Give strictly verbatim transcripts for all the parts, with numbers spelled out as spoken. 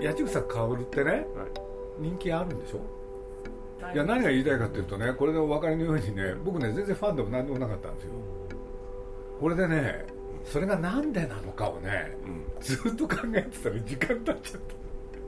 八千草薫ってね、はい、人気あるんでしょ。いや何が言いたいかというとね、これでお分かりのようにね、僕ね全然ファンでも何でもなかったんですよ。これでね、それがなんでなのかをね、うん、ずっと考えてたら時間経っちゃった。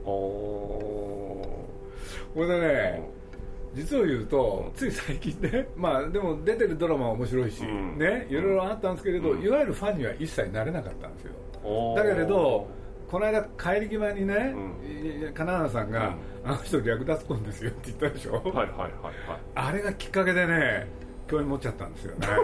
おー、これでね、うん、実を言うと、うん、つい最近ね、まあでも出てるドラマは面白いし、うん、ね、いろいろあったんですけれど、うん、いわゆるファンには一切なれなかったんですよ。だけれどこの間帰り際にね、うん、金原さんが、うん、あの人略奪婚ですよって言ったでしょ。はいはいはいはい、あれがきっかけでね、興味持っちゃったんですよね。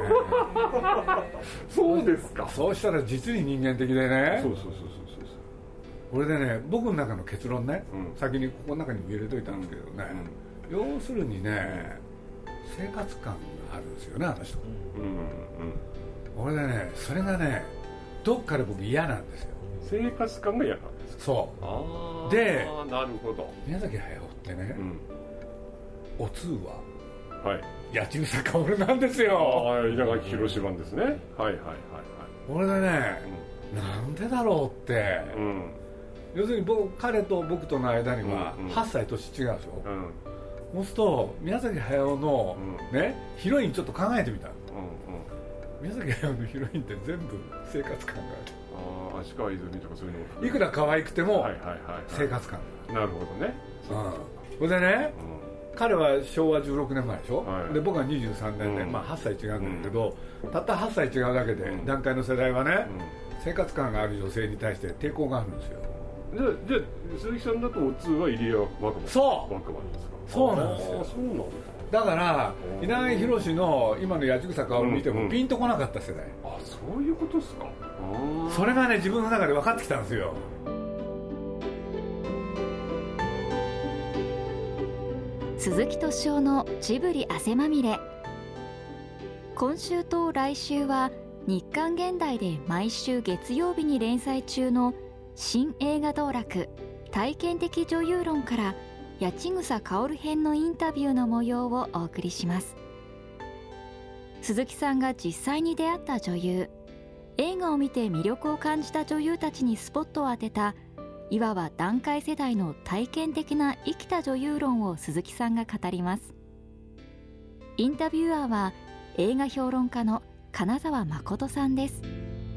そうですか。 そうしたら実に人間的でね。 そうそうそうそうそう。 これでね、僕の中の結論ね、うん、先にここの中に入れといたんですけどね、うん、要するにね、生活感があるんですよね、あの人。うんうんうん、これでね、それがね、どっかで僕嫌なんですよ。 生活感が嫌なんですか。 そう。 あで、 なるほど。 宮崎駿ってね、うん、お通は、 はい、 八千草薫なんですよ。 ああ、稲垣宏版ですね。はいはいはいはい。 これでね、うん、なんでだろうって、うん、要するに僕、彼と僕との間にははっさい年違うでしょ。うん、そうすると宮崎駿の、うん、ね、ヒロインちょっと考えてみた。うんうん、宮崎駿のヒロインって全部生活感がある。 あ、足川泉とかそういうの、 いくら可愛くても生活感がある。 なるほどね。 それでね、うん、彼はしょうわじゅうろくねんまえでしょ、はい、で僕はにじゅうさんねんで、うん、まあ、はっさい違うんだけど、うん、たったはっさい違うだけで、うん、段階の世代はね、うん、生活感がある女性に対して抵抗があるんですよ。 じゃあ鈴木さんだとお通は入江若葉。 そう若葉ですか。 そうなんですよ。 そうなんですだから稲垣宏の今の八千草薫を見てもピンとこなかった世代、 うんうん、あ、そういうことですか。 それがね、自分の中で分かってきたんですよ。 鈴木敏夫のジブリ汗まみれ。今週と来週は日刊現代で毎週月曜日に連載中の新映画道楽体験的女優論から八千草薫編のインタビューの模様をお送りします。鈴木さんが実際に出会った女優、映画を見て魅力を感じた女優たちにスポットを当てた、いわば団塊世代の体験的な生きた女優論を鈴木さんが語ります。インタビュアーは映画評論家の金沢誠さんです。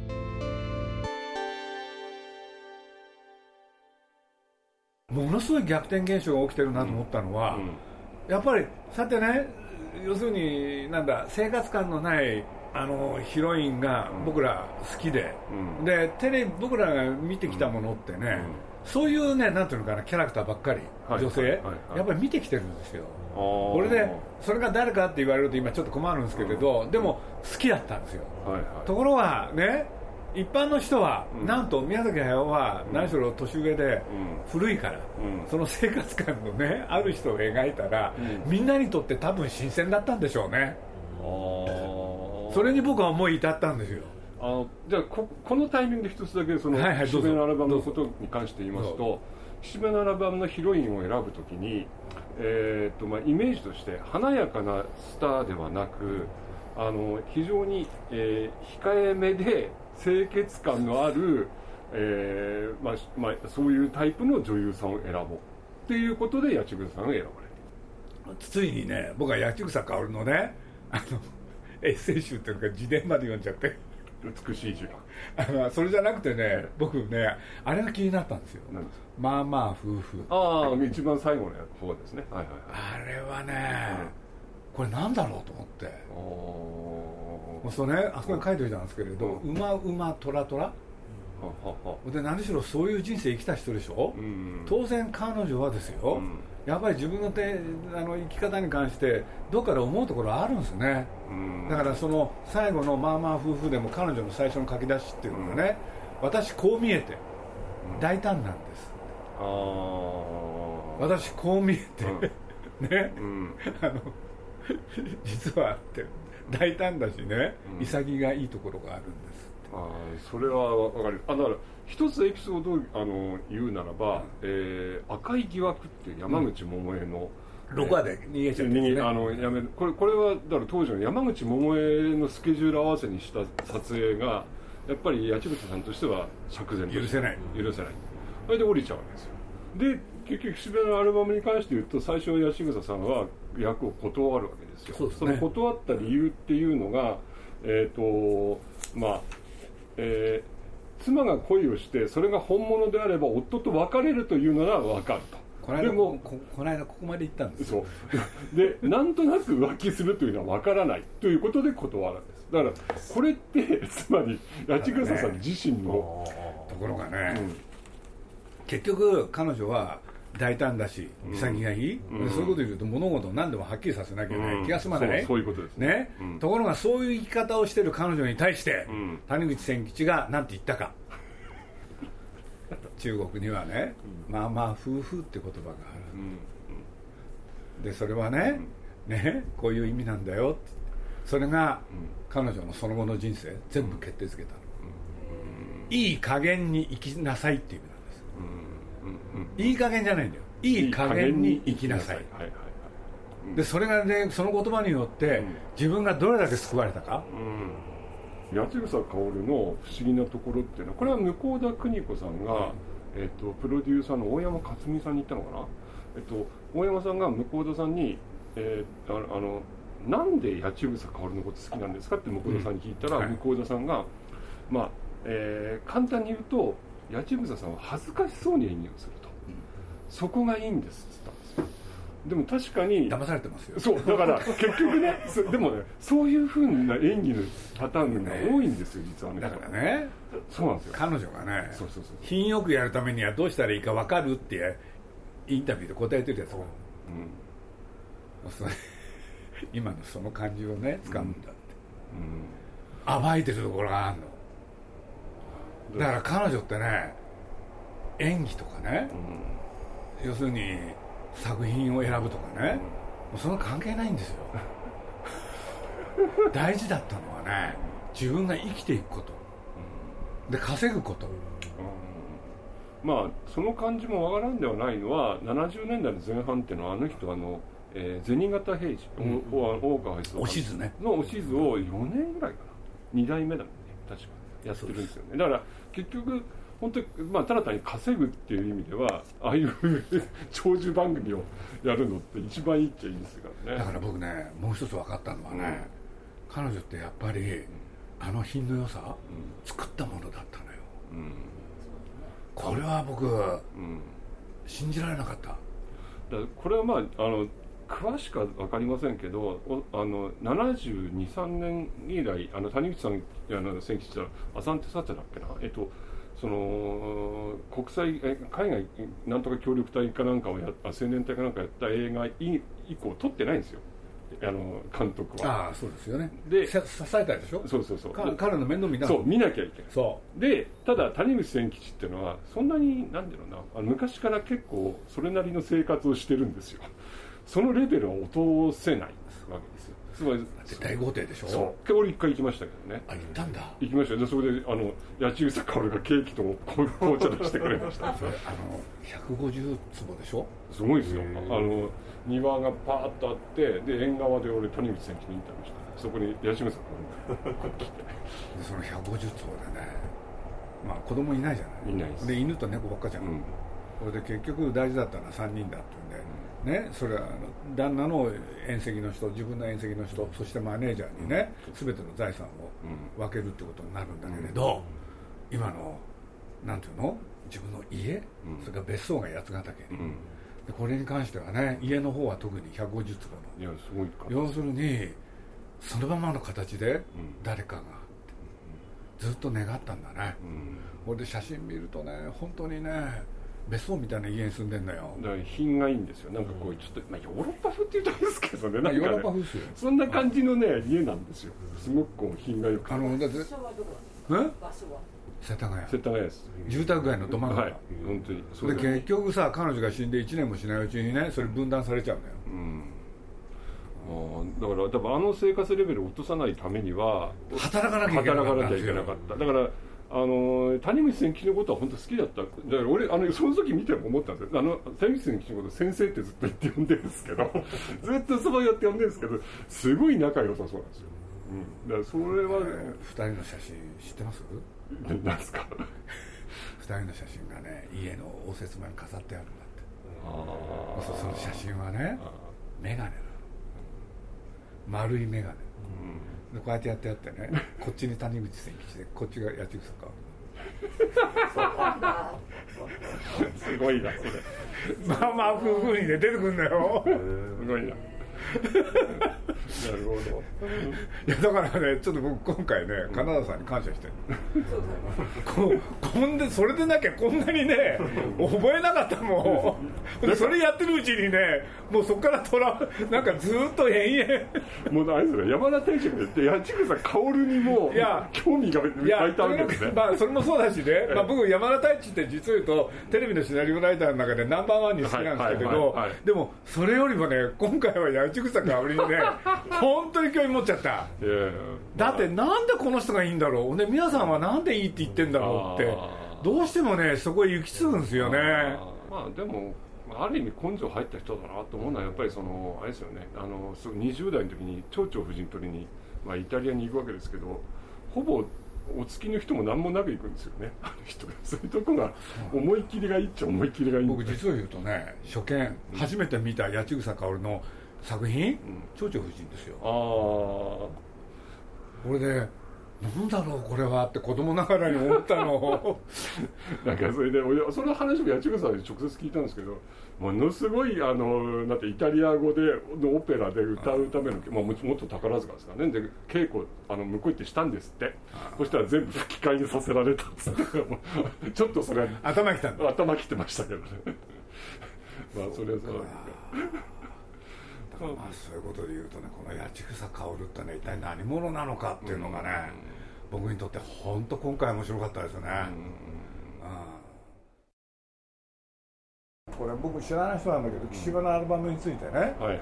ものすごい逆転現象が起きてるなと思ったのは、うんうん、やっぱりさてね、要するになんだ、生活感のないあのヒロインが僕ら好きで、うん、でテレビ僕らが見てきたものってね、うん、そういうね、なんていうのかな、キャラクターばっかり、はい、女性、はいはいはい、やっぱり見てきてるんですよ。これでそれが誰かって言われると今ちょっと困るんですけれど、でも好きだったんですよ、はいはい、ところがね、一般の人は、うん、なんと宮崎駿は何しろ年上で古いから、うん、その生活感のねある人を描いたら、うん、みんなにとって多分新鮮だったんでしょうね。あ、それに僕は思い至ったんですよ。 あのじゃあ こ, このタイミングで一つだけその岸辺のアルバムのことに関して言いますと、岸辺のアルバムのヒロインを選ぶときに、えーっとまあ、イメージとして華やかなスターではなく、あの非常に、えー、控えめで清潔感のある、えーまあまあ、そういうタイプの女優さんを選ぼうっていうことで八千草さんが選ばれる。 ついにね、僕は八千草薫のね、あのエッセイ集っていうか自伝まで読んじゃって、 美しい字が、 あのそれじゃなくてね、僕ね、あれが気になったんですよ。 何ですか。 まあまあ夫婦。 ああ、一番最後の方ですね。はいはいはい。あれはね、うん、これなんだろうと思って、もうそうね、あそこに書いておいたんですけれど、うん、馬馬虎虎で、何しろそういう人生生きた人でしょ、うん、当然彼女はですよ、うん、やっぱり自分の手あの生き方に関してどっかで思うところあるんですよね、うん、だからその最後のまあまあ夫婦でも彼女の最初の書き出しっていうのがね、うん、私こう見えて大胆なんです、うん、あ、私こう見えて、うん、ね、うん、あの実はって大胆だしね、うん、潔がいいところがあるんです。 あ、それは分かる。あ、だから一つエピソードをあの言うならば、うん、えー、赤い疑惑っていう山口百恵の、 うん、ろくわで逃げちゃってですね、 あのやめるこれこれはだから当時の山口百恵のスケジュール合わせにした撮影がやっぱり八千草さんとしては釈然と許せない許せない。それで降りちゃうわけですよ。 で結局岸辺のアルバムに関して言うと最初八千草さんは役を断るわけですよ。 そうですね、 その断った理由っていうのがえっ、ー、とまあえー、妻が恋をしてそれが本物であれば夫と別れるというのは分かると。 この間でも こ, この間ここまで行ったんですよ。 そうでなんとなく浮気するというのは分からないということで断るんです。だからこれってつまり八千草さん自身の、 ね、ところがね、 うん、 結局彼女は大胆だし潔がいい、うん、そういうこと言うと物事を何でもはっきりさせなきゃいけない、うん、気が済まない、 そう、そういうことですね、 ね、うん、ところがそういう生き方をしている彼女に対して、うん、谷口千吉が何て言ったか中国にはね、うん、まあまあ夫婦って言葉がある、うん、でそれはね、うん、ねこういう意味なんだよって、それが彼女のその後の人生全部決定づけたの、うん、いい加減に生きなさいっていう意味なんです、うんうん、いい加減じゃないんだよ、いい加減に生きなさい、でそれがねその言葉によって自分がどれだけ救われたか、 うん、八千草薫の不思議なところっていうのはこれは向田邦子さんが、うんえー、とプロデューサーの大山克美さんに言ったのかな、えー、と大山さんが向田さんに、えー、ああのなんで八千草薫のこと好きなんですかって向田さんに聞いたら、うんはい、向田さんが、まあえー、簡単に言うと八千草さんは恥ずかしそうに演技をすると、うん、そこがいいんですって言ったんですよ。でも確かに騙されてますよ。 そうだから結局ねでもねそういう風な演技のパターンが多いんですよ、実はね。 だからねそうなんですよ。 彼女がねそうそうそう品よくやるためにはどうしたらいいか分かるってインタビューで答えてるやつが、うん、今のその感じをね掴むんだって、うんうん、暴いてるところがあるのだから彼女ってね演技とかね、うん、要するに作品を選ぶとかね、うん、もうその関係ないんですよ大事だったのはね自分が生きていくこと、うん、で稼ぐこと、 うん、まあその感じもわからんではないのはななじゅうねんだいの前半っていうのはあの人はあの、えー、銭形平次、うん、大川悦おしずねのおしずをよねんぐらいかなにだいめだもんね確かやってるんですよね。だから結局本当に、まあ、ただ単に稼ぐっていう意味ではああいう長寿番組をやるのって一番いいっちゃいいですからね。 だから僕ねもう一つ分かったのはね、うん、彼女ってやっぱり、うん、あの品の良さ、うん、作ったものだったのよ、うん、これは僕、うん、信じられなかった。だからこれはまああの詳しくは分かりませんけどあのななじゅうに、さんねん以来あの谷口さんあの千吉はアサンテサテだっけなえっとその国際海外なんとか協力隊かなんかをやった青年隊かなんかやった映画以降撮ってないんですよあの監督は。 ああそうですよね。 で支えたいでしょ。 そうそうそう彼の面倒見なそう見なきゃいけない。 そうでただ谷口千吉っていうのはそんなになんだろうなあの昔から結構それなりの生活をしてるんですよ。そのレベルは落とせないわけですよ。つまり大豪邸でしょ。 そう俺一回行きましたけどね。 あ行ったんだ。 行きましたよ。でそれであの八千草薫がケーキと紅茶出してくれましたそれあのひゃくごじゅうつぼでしょ。 すごいですよ。あの庭がパーッとあってで縁側で俺谷口千吉にインタビューした。そこに八千草薫が来てでそのひゃくごじゅうつぼでねまあ子供いないじゃない。 いないです。 で犬と猫ばっかじゃん、うん、それで結局大事だったのはさんにんだって言うんで、ね、それはあの旦那の縁戚の人自分の縁戚の人そしてマネージャーにね全ての財産を分けるってことになるんだけれど、うん、今のなんていうの自分の家、うん、それから別荘が八ヶ岳に、うん、でこれに関してはね家の方は特にひゃくごじゅうつぼのいやすごい要するにそのままの形で誰かが、うん、ずっと願ったんだね、うん、これで写真見るとね本当にね別荘みたいな家に住んでんのよ。 だから品がいいんですよ。なんかこうちょっと、まあ、ヨーロッパ風って言うとですけどね、なんかねヨーロッパ風ですよ。 そんな感じのね家なんですよ。すごくこう品が良くて。 あのだって場所はどこ？え？世田谷。 世田谷です。 住宅街のど真ん中。 はい。本当に。 それで結局さ彼女が死んでいちねんもしないうちにねそれ分断されちゃうのよ。 うん。あだから多分あの生活レベルを落とさないためには働かなきゃいけなかった。 働かなきゃいけなかった。だから。あの谷口千吉のことは本当好きだった。だから俺あのその時見ても思ったんですよ。あの谷口千吉のこと先生ってずっと言って呼んでるんですけどずっとそうやって呼んでるんですけどすごい仲良さそうなんですよ。うん、だからそれは、 ね、ふたりの写真知ってます？ 何ですか？ ふたりの写真がね家の応接間に飾ってあるんだ。 あそうその写真はねメガネなの、丸いメガネ、うん、でこうやってやってやってねこっちに谷口千吉でこっちが八千草かすごいなそれまあまあ夫婦にで出てくるんだよすごいななるほどいやだからねちょっと僕今回ね金田さんに感謝してるこ, こんでそれでなきゃこんなにね覚えなかったもんそれやってるうちにねもうそこからトラなんかずっと延 々もうあれですね山田大地が言って八千草薫にもいや興味が湧いたわけですね。 まあそれもそうだしね、まあ、僕山田大地って実を言うとテレビのシナリオライターの中でナンバーワンに好きなんですけどでもそれよりもね今回は八千草薫にね本当に興味持っちゃった。だってなんでこの人がいいんだろうね、皆さんはなんでいいって言ってんだろうってどうしてもねそこへ行き着くんですよね。 あまあでもある意味根性入った人だなと思うのはやっぱりそのあれですよね、あのにじゅう代の時に蝶々夫人取りに、まあ、イタリアに行くわけですけどほぼお付きの人も何もなく行くんですよねあの人が。そういうとこが思い切りがいいっちゃ思い切りがいいんで僕実を言うとね初見、うん、初めて見た八千草薫の作品、蝶々夫人ですよ。ああこれでなんだろうこれはって子供ながらに思ったのなんかそれでその話も八千草さんに直接聞いたんですけどものすごいあのなんてイタリア語でのオペラで歌うための、まあ、もっと宝塚ですかねで稽古あの向こう行ってしたんですって。そしたら全部吹き替えにさせられたんですちょっとそれ頭きたんだ頭きてましたけどねまあそれはそうまあそういうことで言うとねこの八千草薫ってね一体何者なのかっていうのがね、うん、僕にとって本当今回面白かったですよね、うんうん、これ僕知らない人なんだけど岸辺のアルバムについてね、はいはい、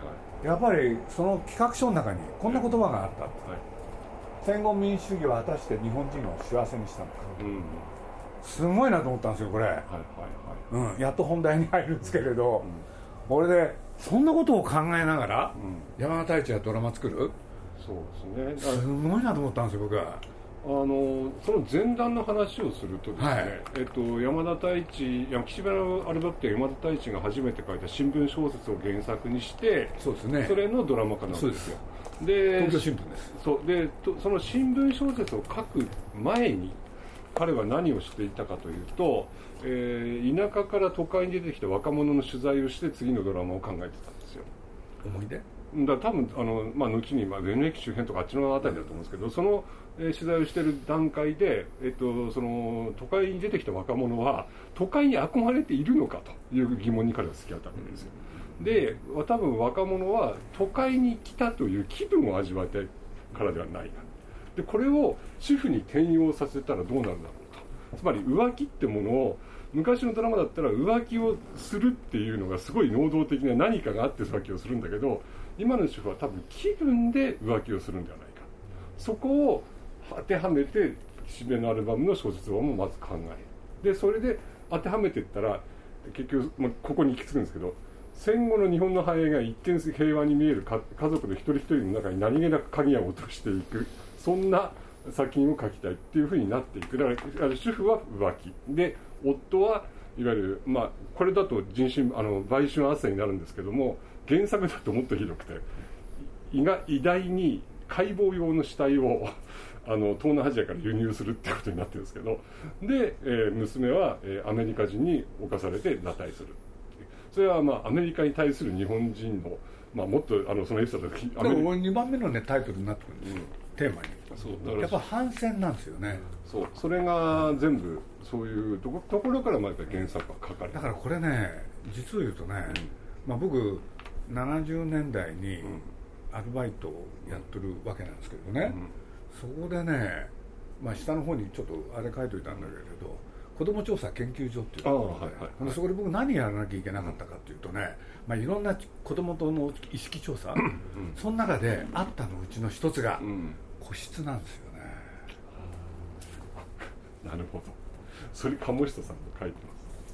やっぱりその企画書の中にこんな言葉があったって、はい、戦後民主主義は果たして日本人を幸せにしたのか、うん、すごいなと思ったんですよこれ、はいはいはいうん、やっと本題に入るんですけれど、うん、これでそんなことを考えながら、うん、山田太一がドラマ作るそうですねすごいなと思ったんですよ僕は。 あのその前段の話をするとですね、はいえっと、山田太一岸辺のアルバムって山田太一が初めて書いた新聞小説を原作にしてそうです、ね、 それのドラマ化なんですよ。そうですよで東京新聞ですそうでその新聞小説を書く前に彼は何をしていたかというと、えー、田舎から都会に出てきた若者の取材をして次のドラマを考えてたんですよ。 思い出だから多分あの、まあ、後に、まあ、上野駅周辺とかあっちのあたりだと思うんですけどその、えー、取材をしている段階で、えっと、その都会に出てきた若者は都会に憧れているのかという疑問に彼は突き当たるわけですよ。で多分若者は都会に来たという気分を味わいたいからではないなでこれを主婦に転用させたらどうなるんだろうと。つまり浮気ってものを昔のドラマだったら浮気をするっていうのがすごい能動的な何かがあって浮気をするんだけど今の主婦は多分気分で浮気をするんではないか。そこを当てはめて岸辺のアルバムの小説をもまず考える。でそれで当てはめていったら結局、まあ、ここに行き着くんですけど戦後の日本の繁栄が一見平和に見えるか家族の一人一人の中に何気なく鍵を落としていくそんな作品を書きたいっていうふうになっていく。だから主婦は浮気で夫はいわゆる、まあ、これだと人身あの売春斡旋になるんですけども原作だともっとひどくて胃が偉大に解剖用の死体をあの東南アジアから輸入するってことになってるんですけどで、えー、娘は、えー、アメリカ人に侵されて裸体する。それは、まあ、アメリカに対する日本人の、まあ、もっとあのそのエピソードでもにばんめの、ね、タイトルになってくるんですよ、うん、テーマに。そうだからやっぱ反戦なんですよね。 そうそれが全部そういうとこ、ところからまた原作が書かれてだからこれね実を言うとね、うんまあ、僕ななじゅうねんだいにアルバイトをやってるわけなんですけどね、うん、そこでね、まあ、下の方にちょっとあれ書いといたんだけれど子ども調査研究所っていうところで、はいはいはい、そこで僕何やらなきゃいけなかったかっていうとね、まあ、いろんな子どもとの意識調査、うん、その中であったのうちの一つが、うん、個室なんですよね。 なるほど。それ鴨下さんも書いてます。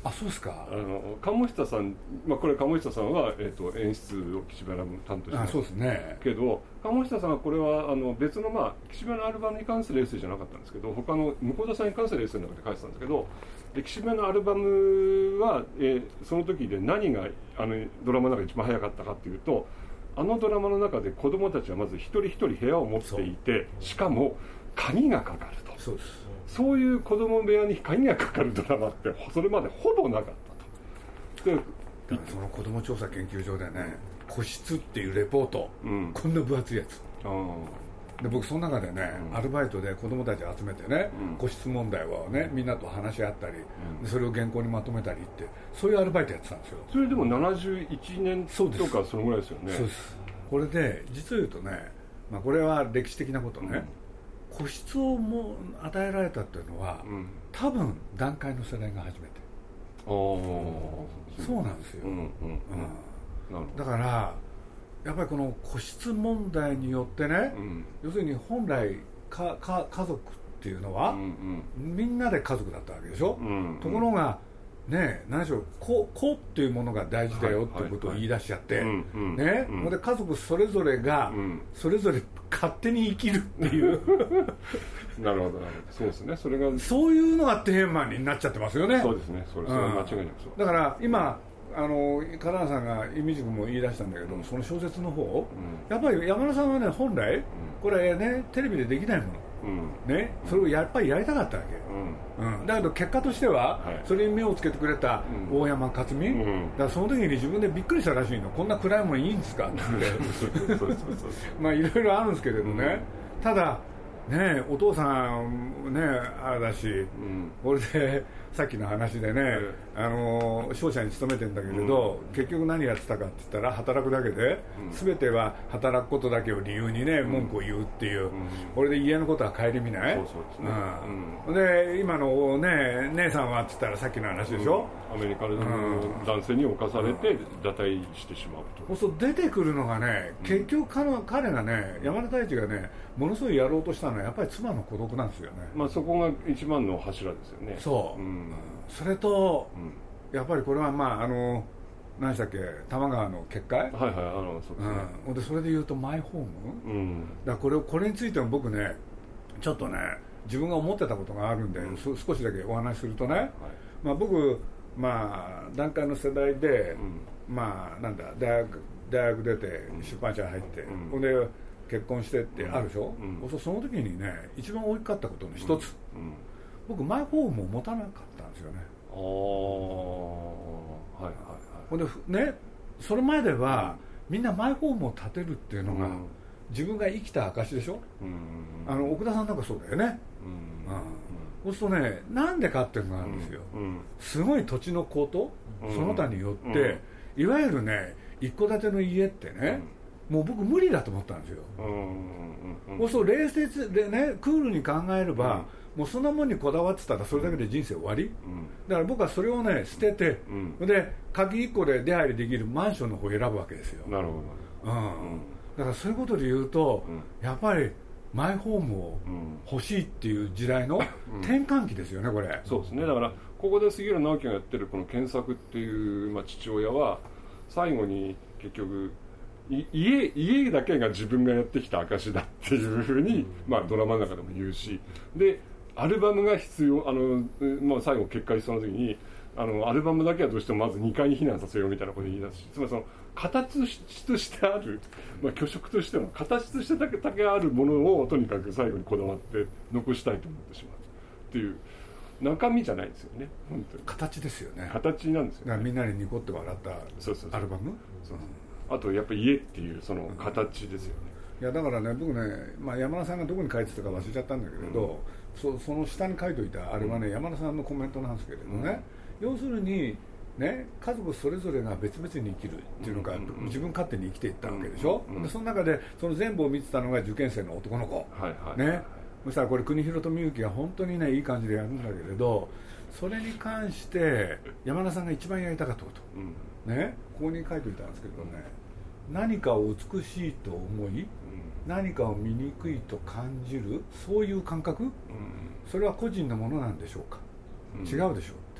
あ、そうですか。 あの鴨下さん、まあ、これ鴨下さんは、えー、と演出を岸辺の担当してます。 そうですね。 けど鴨下さんはこれはあの別の、まあ、岸辺のアルバムに関するエッセイじゃなかったんですけど、他の向田さんに関するエッセイの中で書いてたんですけど、で岸辺のアルバムは、えー、その時で何があのドラマの中で一番早かったかっていうと、あのドラマの中で子供たちはまず一人一人部屋を持っていて、しかも鍵がかかると。 そうです。 そういう子供部屋に鍵がかかるドラマってそれまでほぼなかったと。でその子供調査研究所でね、個室っていうレポート、うん、こんな分厚いやつ。で僕その中でね、うん、アルバイトで子供たち集めてね、うん、個室問題をねみんなと話し合ったり、うん、でそれを原稿にまとめたりってそういうアルバイトやってたんですよ。 それでもななじゅういちねんとかそのぐらいですよね。 そうです。これで実を言うとね、まあ、これは歴史的なことね、うん個室をも与えられたっていうのは、うん、多分団塊の世代が初めて。あそうなんですよ、うんうんうん、だからやっぱりこの個室問題によってね、うん、要するに本来かか家族っていうのは、うんうん、みんなで家族だったわけでしょ、うんうん、ところがね、何でしょう、子っていうものが大事だよっていうことを言い出しちゃって、ね、うん、で家族それぞれが、うん、それぞれ勝手に生きるっていうなるほどなるほど、そうですね、それがそういうのがテーマになっちゃってますよね。 そうですね、それ、それは間違いなくそう、 だから今あの金原さんがイミジ君も言い出したんだけど、うん、その小説の方、うん、やっぱり山田さんはね本来、うん、これねテレビでできないもの、うんね、それをやっぱりやりたかったわけ、うんうん、だけど結果としては、はい、それに目をつけてくれた大山克実、うん、だからその時に自分でびっくりしたらしいの、こんな暗いもんいいんですかってまあいろいろあるんですけれどね、うん、ただねお父さんねあれだし、うん、これでさっきの話でね、うん、あの商社に勤めてんだけれど、うん、結局何やってたかって言ったら働くだけで、うん、全ては働くことだけを理由にね、うん、文句を言うっていう、うん、これで家のことは顧みない。そうそうですね、うん、で今のね姉さんはって言ったらさっきの話でしょ、 うん、アメリカの男性に侵されて堕退してしまうと、 うん、そう出てくるのがね、結局 彼, 彼がね山田太一がねものすごいやろうとしたのはやっぱり妻の孤独なんですよね。 まあそこが一番の柱ですよね。 そう、うん、それと、うん、やっぱりこれはまああの何でしたっけ、多摩川の決壊、はいはい、あのそうですね、うん、でそれでいうとマイホーム、うん、だからこれこれについても僕ねちょっとね自分が思ってたことがあるんで、うん、少しだけお話しするとね、はい、まあ、僕まあ団塊の世代で、うん、まあなんだ大学大学出て出版社入って、うん、ほんで結婚してってあるでしょ、うん、その時にね一番大きかったことの一つ、うんうん、僕マイホームを持たなかったんですよね。ああ、はいはいはい。ほんでね、それまでは、うん、みんなマイホームを建てるっていうのが、うん、自分が生きた証でしょ、うん、あの奥田さんなんかそうだよね、うんうん、そうするとねなんでかっていうのがあるんですよ、うん、すごい土地の高騰、うん、その他によって、うん、いわゆるね一戸建ての家ってね、うん、もう僕無理だと思ったんですよ、うんうんうん、そう冷静でねクールに考えれば、うん、もうそんなもんにこだわってたらそれだけで人生終わり、うん、だから僕はそれをね捨てて、うん、で鍵いっこで出入りできるマンションの方を選ぶわけですよ。なるほど、うんうん、だからそういうことで言うと、うん、やっぱりマイホームを欲しいっていう時代の転換期ですよね、これ。 そうですね。だからここで杉浦直樹がやってるこの検索っていう、まあ、父親は最後に結局家, 家だけが自分がやってきた証だっていうふうに、まあ、ドラマの中でも言うし、でアルバムが必要、あの、まあ、最後決壊しそうな時にあのアルバムだけはどうしてもまずにかいに避難させようみたいなことを言い出すし、つまりその形としてある、まあ、虚飾としての形としてだけだけあるものをとにかく最後にこだわって残したいと思ってしまうっていう中身じゃないですよね。本当に形ですよね。 形なんですよね。 だからみんなでニコって笑ったアルバム、 そうそう、あとやっぱり家っていうその形ですよね、 うん、いやだからね僕ね、まあ、山田さんがどこに書いてたか忘れちゃったんだけれど、うん、そ, その下に書いておいたあれはね、うん、山田さんのコメントなんですけれどね、うん、要するにね、家族それぞれが別々に生きるっていうのが、うん、自分勝手に生きていったわけでしょ、うん、でその中でその全部を見てたのが受験生の男の子、はいはいね、そしたらこれ国広とみゆきが本当にねいい感じでやるんだけれど、それに関して山田さんが一番やりたかったこと、うん、ね、ここに書いておいたんですけどね、何かを美しいと思い、うん、何かを醜いと感じる、そういう感覚、うん、それは個人のものなんでしょうか、うん、違うでしょうって、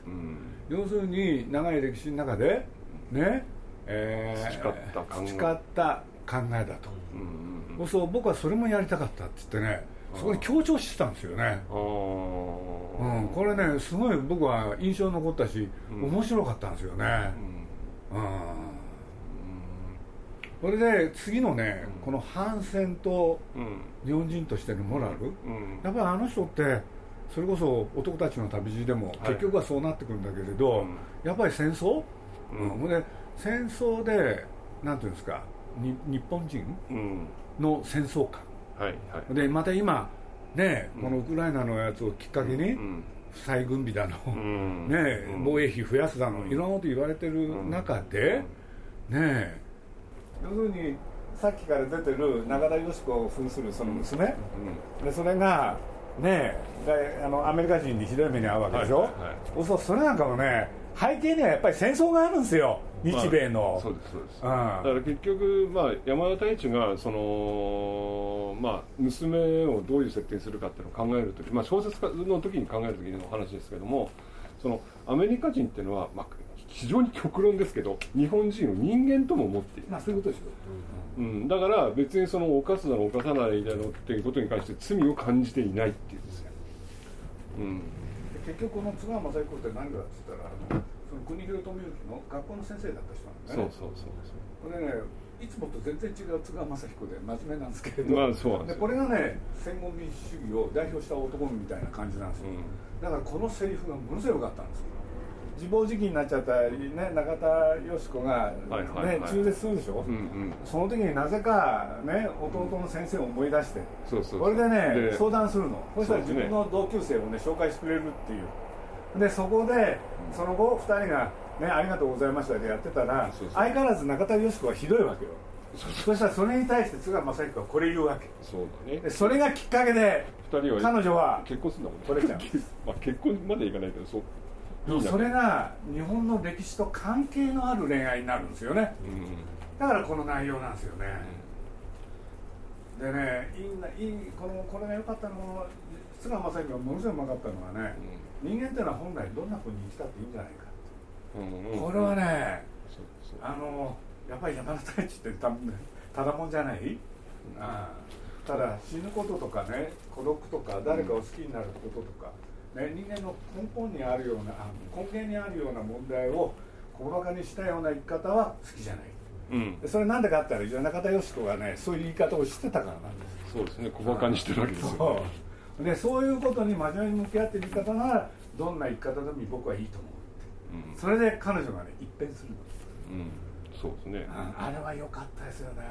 うん、要するに長い歴史の中でね、えー、 培った考え培った考えだと、うんうん、そう僕はそれもやりたかったって言ってね、そこに強調してたんですよね。あ、うん、これねすごい僕は印象残ったし、うん、面白かったんですよね。うん、うん、それで次のね、うん、この反戦と日本人としてのモラル、うん、やっぱりあの人ってそれこそ男たちの旅路でも結局はそうなってくるんだけれど、はい、やっぱり戦争、うんうん、で戦争でなんていうんですか、に日本人の戦争観、はいはい、でまた今ね、このウクライナのやつをきっかけに、うん、負債軍備だの、うん、ね、うん、防衛費増やすだの、うん、いろんなこと言われてる中で、うん、ね、要するにさっきから出てる中田喜子を扮するその娘、うん、でそれがねえ、あのアメリカ人にひどい目に遭うわけでしょ、はいはいはい、そうそれなんかもね背景にはやっぱり戦争があるんですよ、日米の、 まあ、そうですそうです、うん、だから結局、まあ、山田太一がその、まあ、娘をどういう設定にするかっていうのを考えるとき、まあ、小説家の時に考える時の話ですけども、そのアメリカ人っていうのは、まあ、非常に極論ですけど日本人を人間とも思っている、 まあ、そういうことですよ、 うんうん、だから別にその犯すだの犯さないだのっていうことに関して罪を感じていないっていうんですよ、 うん、結局この津川雅彦って何かって言ったらその国広智之の学校の先生だった人なんでね。そうそうそうそう。これね、いつもと全然違う津川雅彦で真面目なんですけれど、まあ、そうなんですよ。でこれがね戦後民主主義を代表した男みたいな感じなんですよ、うん、だからこのセリフがものすごい良かったんですよ。自暴自棄になっちゃった、ね、中田喜子が、ね、はいはいはい、中絶するでしょ、うんうん、その時になぜか、ね、弟の先生を思い出して、うん、そうそうそう、これでねで相談するの。そしたら自分の同級生をね紹介してくれるっていう。でそこでその後ふたりが、ね、ありがとうございましたでやってたら、そうそう、相変わらず中田喜子はひどいわけよ。そうそう、そしたらそれに対して津川雅彦はこれ言うわけ。そうだね。でそれがきっかけでふたりは彼女は結婚するんだもんね。 取れちゃうまあ結婚までいかないけど、そういいそれが日本の歴史と関係のある恋愛になるんですよね、うん、だからこの内容なんですよね、うん、でねいいないいこのこれが良かったのは津川雅彦がものすごいうまかったのはね、うん、人間っていうのは本来どんな風に生きたっていいんじゃないかって、うん、これはね、うん、あのやっぱり山田太一ってたただもんじゃない、うん、あただ死ぬこととかね孤独とか誰かを好きになることとか、ね、人間の根本にあるような根源にあるような問題を小馬鹿にしたような生き方は好きじゃない、うん、でそれなんでかって言ったら中田喜子がねそういう言い方をしてたからなんです。 そうですね、小馬鹿にしてるわけですよ、ね、 そうでそういうことに真面目に向き合っている生き方ならどんな生き方でも僕はいいと思うって、うん、それで彼女がね一変するの、 うん、そうですね、 あれは良かったですよね。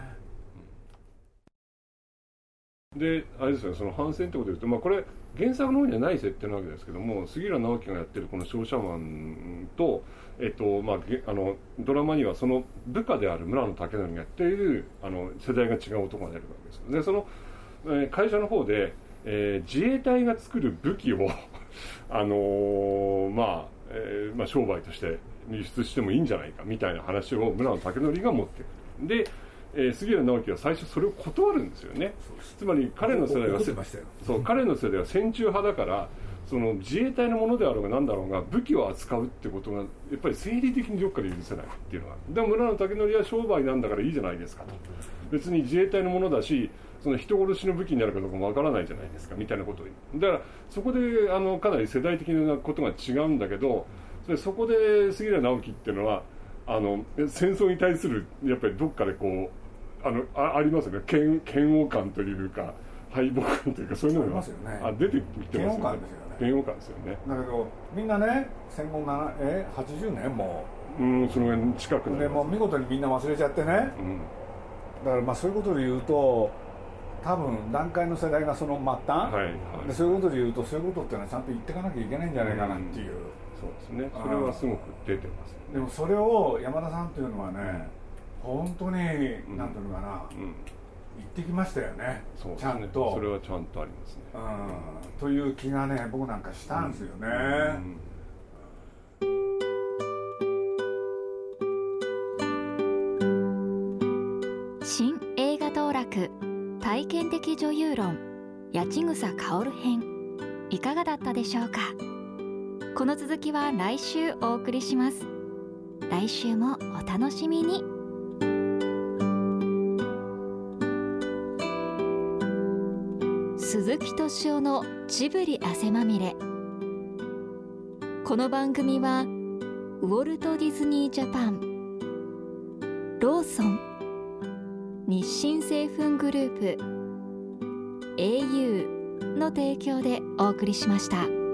であれですよね、その反戦ってことでいうと、まあ、これ原作の方にはない設定なわけですけども、杉浦直樹がやってるこの商社マンと、えっとまあ、あのドラマにはその部下である村野武則がやっているあの世代が違う男が出るわけです。でその、えー、会社の方で、えー、自衛隊が作る武器をあのー、まあ、えーまあ、商売として輸出してもいいんじゃないかみたいな話を村野武則が持ってくる。でえー、杉浦直樹は最初それを断るんですよね。つまり彼の世代はそう彼の世代は戦中派だからその自衛隊のものであろうが何だろうが武器を扱うってことがやっぱり生理的にどっかで許せないっていうのが、でも村野武則は商売なんだからいいじゃないですかと、別に自衛隊のものだしその人殺しの武器になるかどうかもわからないじゃないですかみたいなことを言う。だからそこであのかなり世代的なことが違うんだけど、それそこで杉浦直樹っていうのはあの戦争に対するやっぱりどっかでこうあの あ, ありますよね、嫌悪感というか敗北感というかそういうのが あ,、ね、あ出てきてますよね。嫌悪感ですよね。 だけどみんなね戦後なえはちじゅうねんもうんその辺近くでもう見事にみんな忘れちゃってね、うん、だからまあそういうことで言うと多分段階の世代がその末端、はいはい、でそういうことで言うとそういうことっていうのはちゃんと言っていかなきゃいけないんじゃないかなっていう、うん、 そうですね、それはすごく出てます、ね、 でもそれを山田さんというのはね本当に、うん、なんていうのかな、うん、言ってきましたよね。そうですね、ちゃんとそれはちゃんとありますね、 うん、という気がね僕なんかしたんですよね、 うん、新映画道楽体験的女優論八千草薫編いかがだったでしょうか。 この続きは来週お送りします。来週もお楽しみに。鈴木敏夫のジブリ汗まみれ。この番組はウォルト・ディズニー・ジャパン、ローソン、日清製粉グループ、エーユー の提供でお送りしました。